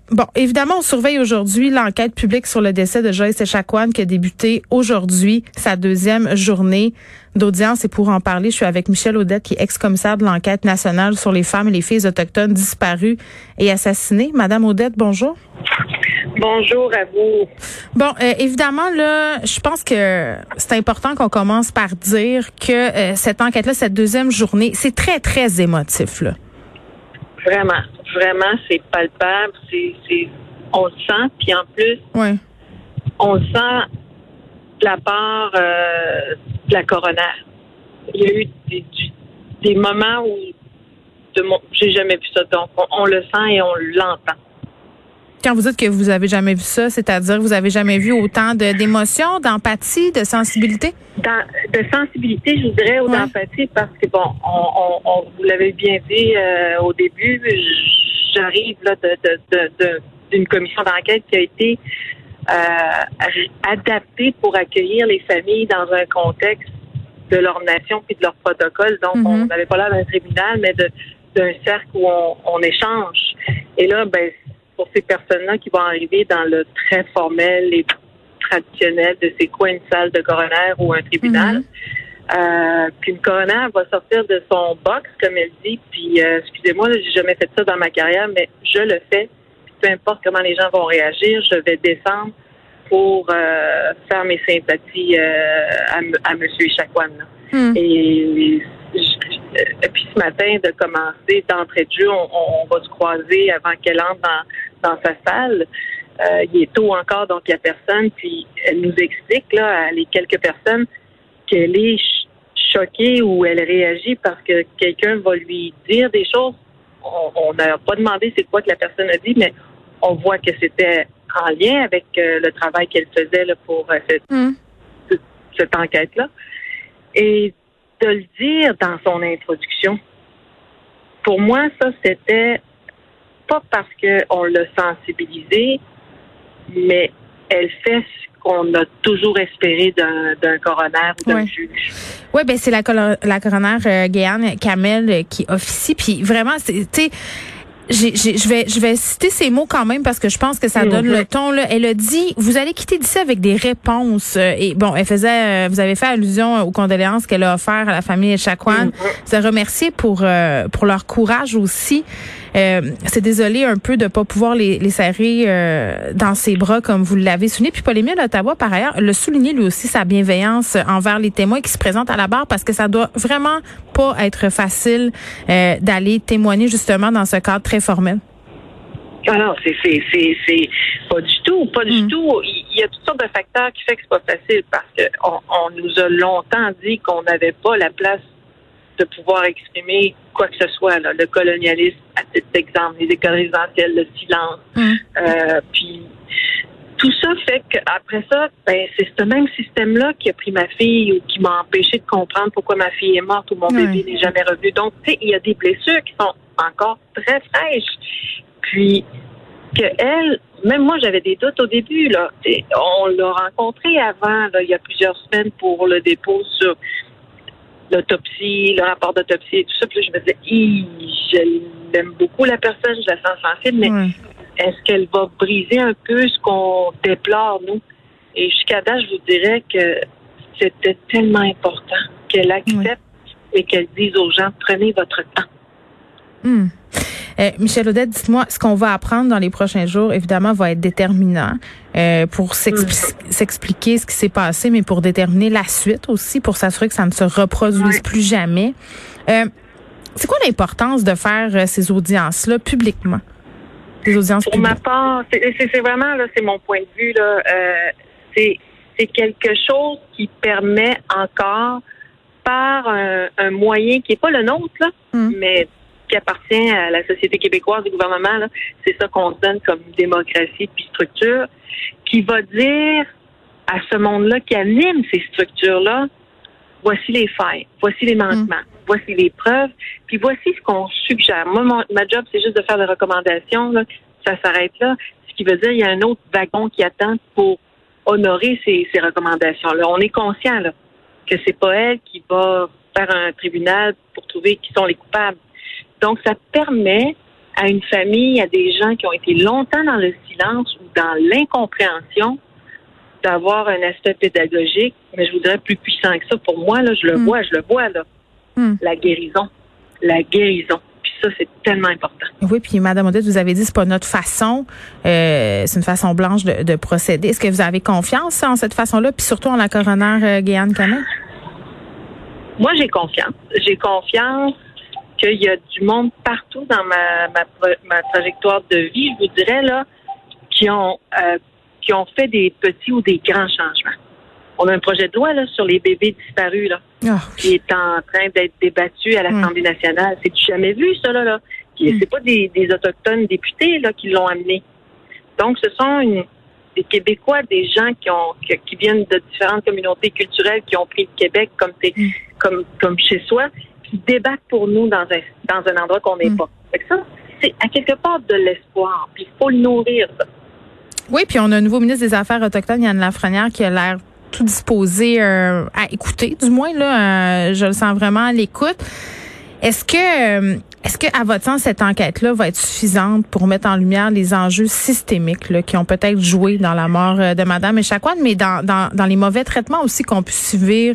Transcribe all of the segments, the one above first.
Bon, évidemment, on surveille aujourd'hui l'enquête publique sur le décès de Joyce Echaquan qui a débuté aujourd'hui, sa deuxième journée d'audience. Et pour en parler, je suis avec Michel Audette, qui est ex-commissaire de l'enquête nationale sur les femmes et les filles autochtones disparues et assassinées. Madame Audette, bonjour. Bonjour à vous. Bon, évidemment, là, je pense que c'est important qu'on commence par dire que cette enquête-là, cette deuxième journée, c'est très, très émotif, là. Vraiment, c'est palpable. On le sent, puis en plus, oui. On le sent de la part de la coroner. Il y a eu des moments où j'ai jamais vu ça, donc on le sent et on l'entend. Quand vous dites que vous avez jamais vu ça, c'est-à-dire que vous avez jamais vu autant d'émotions, d'empathie, de sensibilité? De sensibilité, je vous dirais, ou d'empathie, parce que bon, on vous l'avez bien dit au début, j'arrive là d'une commission d'enquête qui a été adaptée pour accueillir les familles dans un contexte de leur nation puis de leur protocole. Donc, on n'avait pas l'air d'un tribunal, mais d'un cercle où on échange. Et là, ben, pour ces personnes-là qui vont arriver dans le très formel et traditionnel de c'est quoi une salle de coroner ou un tribunal. Puis une coroner va sortir de son box, comme elle dit, puis excusez-moi, j'ai jamais fait ça dans ma carrière, mais je le fais. Puis peu importe comment les gens vont réagir, je vais descendre pour faire mes sympathies à M. Echaquan. Et puis ce matin, de commencer d'entrée de jeu, on va se croiser avant qu'elle entre dans sa salle. Il est tôt encore, donc il n'y a personne. Puis elle nous explique, là, à les quelques personnes, qu'elle est choquée ou elle réagit parce que quelqu'un va lui dire des choses. On n'a pas demandé c'est quoi que la personne a dit, mais on voit que c'était en lien avec le travail qu'elle faisait là, pour cette enquête-là. Et de le dire dans son introduction, pour moi, ça, c'était pas parce qu'on l'a sensibilisée, mais elle fait ce qu'on a toujours espéré d'un coroner ou d'un juge. Oui, ben c'est la coroner Guéane Kamel qui officie, puis vraiment, tu sais, je vais citer ces mots quand même parce que je pense que ça donne le ton, là. Elle a dit, vous allez quitter d'ici avec des réponses. Et bon, vous avez fait allusion aux condoléances qu'elle a offert à la famille Echaquan. Vous avez remercié pour leur courage aussi. C'est désolé un peu de pas pouvoir les serrer dans ses bras comme vous l'avez souligné. Puis Paul-Émile Ottawa, par ailleurs, l'a souligné lui aussi sa bienveillance envers les témoins qui se présentent à la barre parce que ça doit vraiment pas être facile d'aller témoigner justement dans ce cadre très formel. Alors, c'est pas du tout. Il y a toutes sortes de facteurs qui font que c'est pas facile parce qu'on nous a longtemps dit qu'on n'avait pas la place de pouvoir exprimer quoi que ce soit, là, le colonialisme, à titre d'exemple, les écoles résidentielles, le silence. Puis tout ça fait qu'après ça, ben, c'est ce même système-là qui a pris ma fille ou qui m'a empêché de comprendre pourquoi ma fille est morte ou mon bébé n'est jamais revenu. Donc, tu sais, il y a des blessures qui sont encore très fraîches. Puis que elle, même moi, j'avais des doutes au début, là. On l'a rencontrée avant, là, il y a plusieurs semaines pour le dépôt sur l'autopsie, le rapport d'autopsie et tout ça. Puis là, je me disais, je l'aime beaucoup, la personne, je la sens sensible, mais est-ce qu'elle va briser un peu ce qu'on déplore, nous? Et jusqu'à date, je vous dirais que c'était tellement important qu'elle accepte et qu'elle dise aux gens, prenez votre temps. Michel Audette, dites-moi, ce qu'on va apprendre dans les prochains jours, évidemment, va être déterminant pour s'expliquer ce qui s'est passé, mais pour déterminer la suite aussi, pour s'assurer que ça ne se reproduise plus jamais. C'est quoi l'importance de faire ces audiences-là publiquement? Des audiences publiques? Pour ma part, c'est vraiment, là, c'est mon point de vue, là, c'est quelque chose qui permet encore, par un moyen qui n'est pas le nôtre, là, mais qui appartient à la société québécoise, du gouvernement, là, c'est ça qu'on se donne comme démocratie puis structure, qui va dire à ce monde-là qui anime ces structures-là, voici les failles, voici les manquements, voici les preuves, puis voici ce qu'on suggère. Moi, ma job, c'est juste de faire des recommandations, là, ça s'arrête là, ce qui veut dire qu'il y a un autre wagon qui attend pour honorer ces recommandations-là. On est conscient là, que c'est pas elle qui va faire un tribunal pour trouver qui sont les coupables. Donc, ça permet à une famille, à des gens qui ont été longtemps dans le silence ou dans l'incompréhension, d'avoir un aspect pédagogique, mais je vous dirais plus puissant que ça. Pour moi, là, je le vois, là. La guérison. Puis ça, c'est tellement important. Oui, puis Mme Odette, vous avez dit c'est pas notre façon, c'est une façon blanche de procéder. Est-ce que vous avez confiance en cette façon-là, puis surtout en la coroner Guéanne Camel? Moi, j'ai confiance. J'ai confiance qu'il y a du monde partout dans ma trajectoire de vie, je vous dirais, là, qui ont fait des petits ou des grands changements. On a un projet de loi là sur les bébés disparus là, qui est en train d'être débattu à l'Assemblée nationale. C'est du jamais vu ça là. C'est pas des autochtones députés là qui l'ont amené. Donc ce sont des Québécois, des gens qui viennent de différentes communautés culturelles qui ont pris le Québec comme chez soi, qui débattent pour nous dans un endroit qu'on n'est pas. Fait que ça, c'est à quelque part de l'espoir. Puis il faut le nourrir ça. Oui, puis on a un nouveau ministre des Affaires autochtones, Yann Lafrenière, qui a l'air tout disposé à écouter, du moins là, je le sens vraiment à l'écoute. Est-ce que à votre sens cette enquête-là va être suffisante pour mettre en lumière les enjeux systémiques là, qui ont peut-être joué dans la mort de Mme Echaquan, mais dans les mauvais traitements aussi qu'on peut subir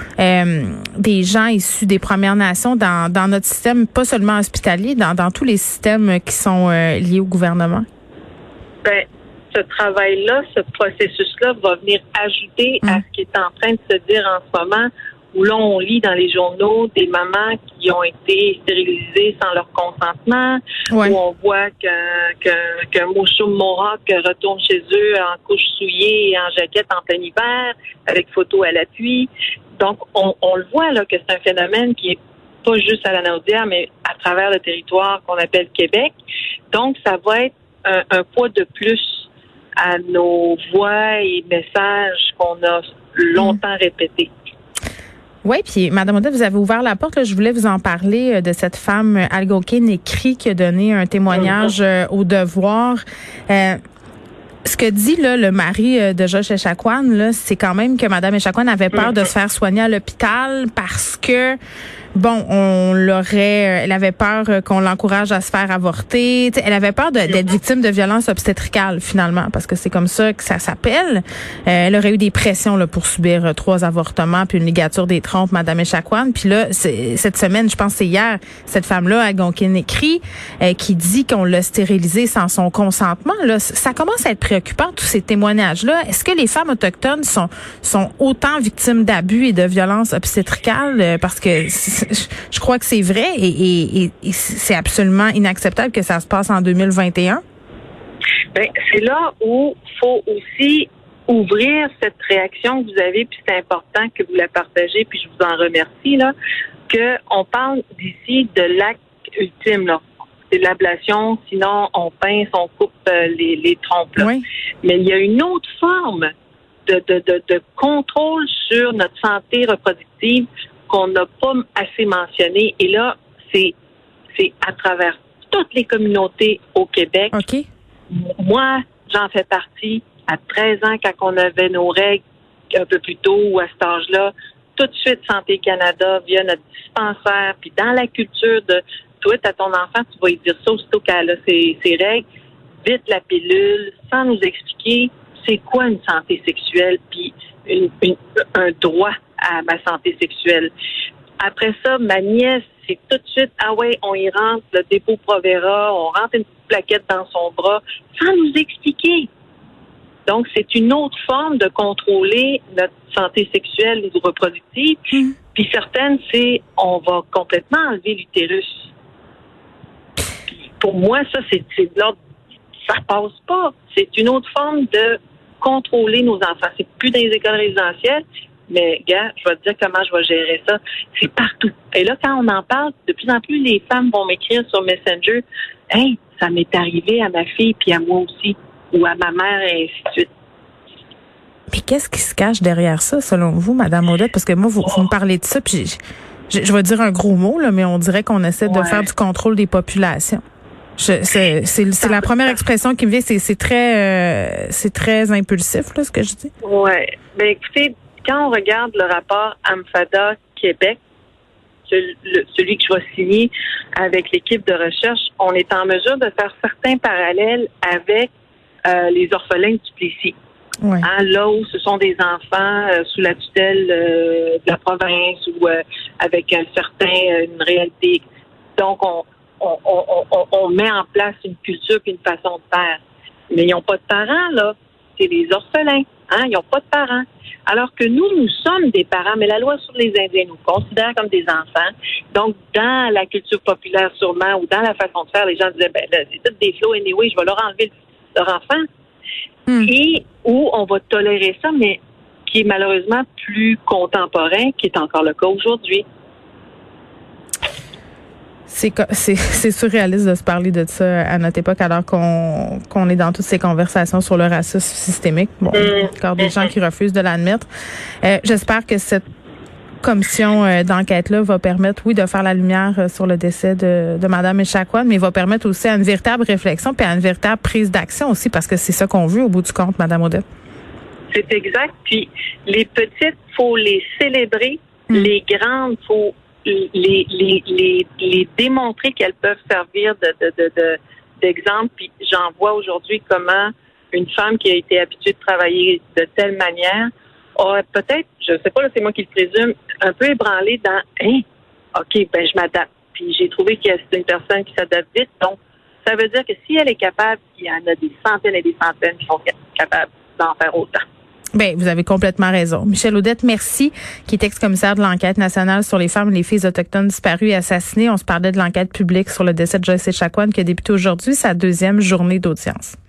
des gens issus des Premières Nations dans notre système, pas seulement hospitalier, dans tous les systèmes qui sont liés au gouvernement? Ben, ce travail-là, ce processus-là va venir ajouter à ce qui est en train de se dire en ce moment, où là, on lit dans les journaux des mamans qui ont été stérilisées sans leur consentement, où on voit qu'un Mouchoum Mohawk retourne chez eux en couche souillée et en jaquette en plein hiver, avec photo à l'appui. Donc, on le voit là que c'est un phénomène qui est pas juste à la Naudière, mais à travers le territoire qu'on appelle Québec. Donc, ça va être un poids de plus à nos voix et messages qu'on a longtemps répétés. Oui, puis Mme Odette, vous avez ouvert la porte. Là, je voulais vous en parler de cette femme algonquine Écrit qui a donné un témoignage au Devoir. Ce que dit là le mari de Josh Echaquan, là, c'est quand même que Mme Echaquan avait peur de se faire soigner à l'hôpital parce que elle avait peur qu'on l'encourage à se faire avorter. T'sais, elle avait peur d'être victime de violences obstétricales, finalement, parce que c'est comme ça que ça s'appelle. Elle aurait eu des pressions là, pour subir 3 avortements puis une ligature des trompes, Mme Echaquan. Puis là, cette semaine, je pense que c'est hier, cette femme-là, Algonquin Écrit, qui dit qu'on l'a stérilisée sans son consentement. Là, ça commence à être préoccupant, tous ces témoignages-là. Est-ce que les femmes autochtones sont autant victimes d'abus et de violences obstétricales? Parce que je crois que c'est vrai et c'est absolument inacceptable que ça se passe en 2021. Ben, c'est là où il faut aussi ouvrir cette réaction que vous avez, puis c'est important que vous la partagez, puis je vous en remercie, là, qu'on parle d'ici de l'acte ultime, là. C'est l'ablation, sinon on pince, on coupe les trompes. Là. Oui. Mais il y a une autre forme de contrôle sur notre santé reproductive qu'on n'a pas assez mentionné. Et là, c'est à travers toutes les communautés au Québec. Okay. Moi, j'en fais partie. À 13 ans, quand on avait nos règles un peu plus tôt ou à cet âge-là, tout de suite, Santé Canada via notre dispensaire, puis dans la culture de toi, à ton enfant, tu vas lui dire ça aussitôt qu'elle a ses règles, vite la pilule, sans nous expliquer c'est quoi une santé sexuelle, puis un droit à ma santé sexuelle. Après ça, ma nièce, c'est tout de suite, on y rentre le dépôt Provera, on rentre une petite plaquette dans son bras, sans nous expliquer. Donc, c'est une autre forme de contrôler notre santé sexuelle ou reproductive. Puis certaines, c'est on va complètement enlever l'utérus. Puis pour moi, ça, c'est de l'ordre, ça passe pas. C'est une autre forme de contrôler nos enfants. C'est plus dans les écoles résidentielles, mais gars, je vais te dire comment je vais gérer ça. C'est partout. Et là, quand on en parle, de plus en plus, les femmes vont m'écrire sur Messenger, « Hey, ça m'est arrivé à ma fille puis à moi aussi, ou à ma mère, et ainsi de suite. » Puis qu'est-ce qui se cache derrière ça, selon vous, Mme Odette? Parce que moi, vous me parlez de ça, puis je vais dire un gros mot, là, mais on dirait qu'on essaie de faire du contrôle des populations. C'est la première expression qui me vient. C'est très impulsif, là, ce que je dis. Ouais. Ben écoutez, quand on regarde le rapport AMFADA Québec, celui que je vais signer avec l'équipe de recherche, on est en mesure de faire certains parallèles avec les orphelins du Duplessis. Ouais. Là où ce sont des enfants sous la tutelle de la province ou avec une réalité. Donc, on met en place une culture et une façon de faire. Mais ils n'ont pas de parents, là. C'est les orphelins. Ils n'ont pas de parents. Alors que nous sommes des parents, mais la loi sur les Indiens nous considère comme des enfants. Donc, dans la culture populaire sûrement, ou dans la façon de faire, les gens disaient, là, c'est tout des flots, anyway, je vais leur enlever leur enfant. Et où on va tolérer ça, mais qui est malheureusement plus contemporain, qui est encore le cas aujourd'hui. C'est surréaliste de se parler de ça à notre époque, alors qu'on est dans toutes ces conversations sur le racisme systémique. Bon, encore des gens qui refusent de l'admettre. J'espère que cette commission d'enquête-là va permettre, oui, de faire la lumière sur le décès de Mme Echaquan, mais va permettre aussi à une véritable réflexion puis à une véritable prise d'action aussi, parce que c'est ça qu'on veut au bout du compte, Mme Audette. C'est exact. Puis les petites, faut les célébrer. Les grandes, faut les démontrer qu'elles peuvent servir d'exemple. Puis j'en vois aujourd'hui comment une femme qui a été habituée de travailler de telle manière a peut-être, je sais pas, là, c'est moi qui le présume, un peu ébranlé dans OK, je m'adapte. Puis j'ai trouvé que c'est une personne qui s'adapte vite. Donc, ça veut dire que si elle est capable, il y en a des centaines et des centaines qui sont capables d'en faire autant. Vous avez complètement raison. Michèle Audette, merci, qui est ex-commissaire de l'enquête nationale sur les femmes et les filles autochtones disparues et assassinées. On se parlait de l'enquête publique sur le décès de Joyce Echaquan qui a débuté aujourd'hui sa 2e journée d'audience.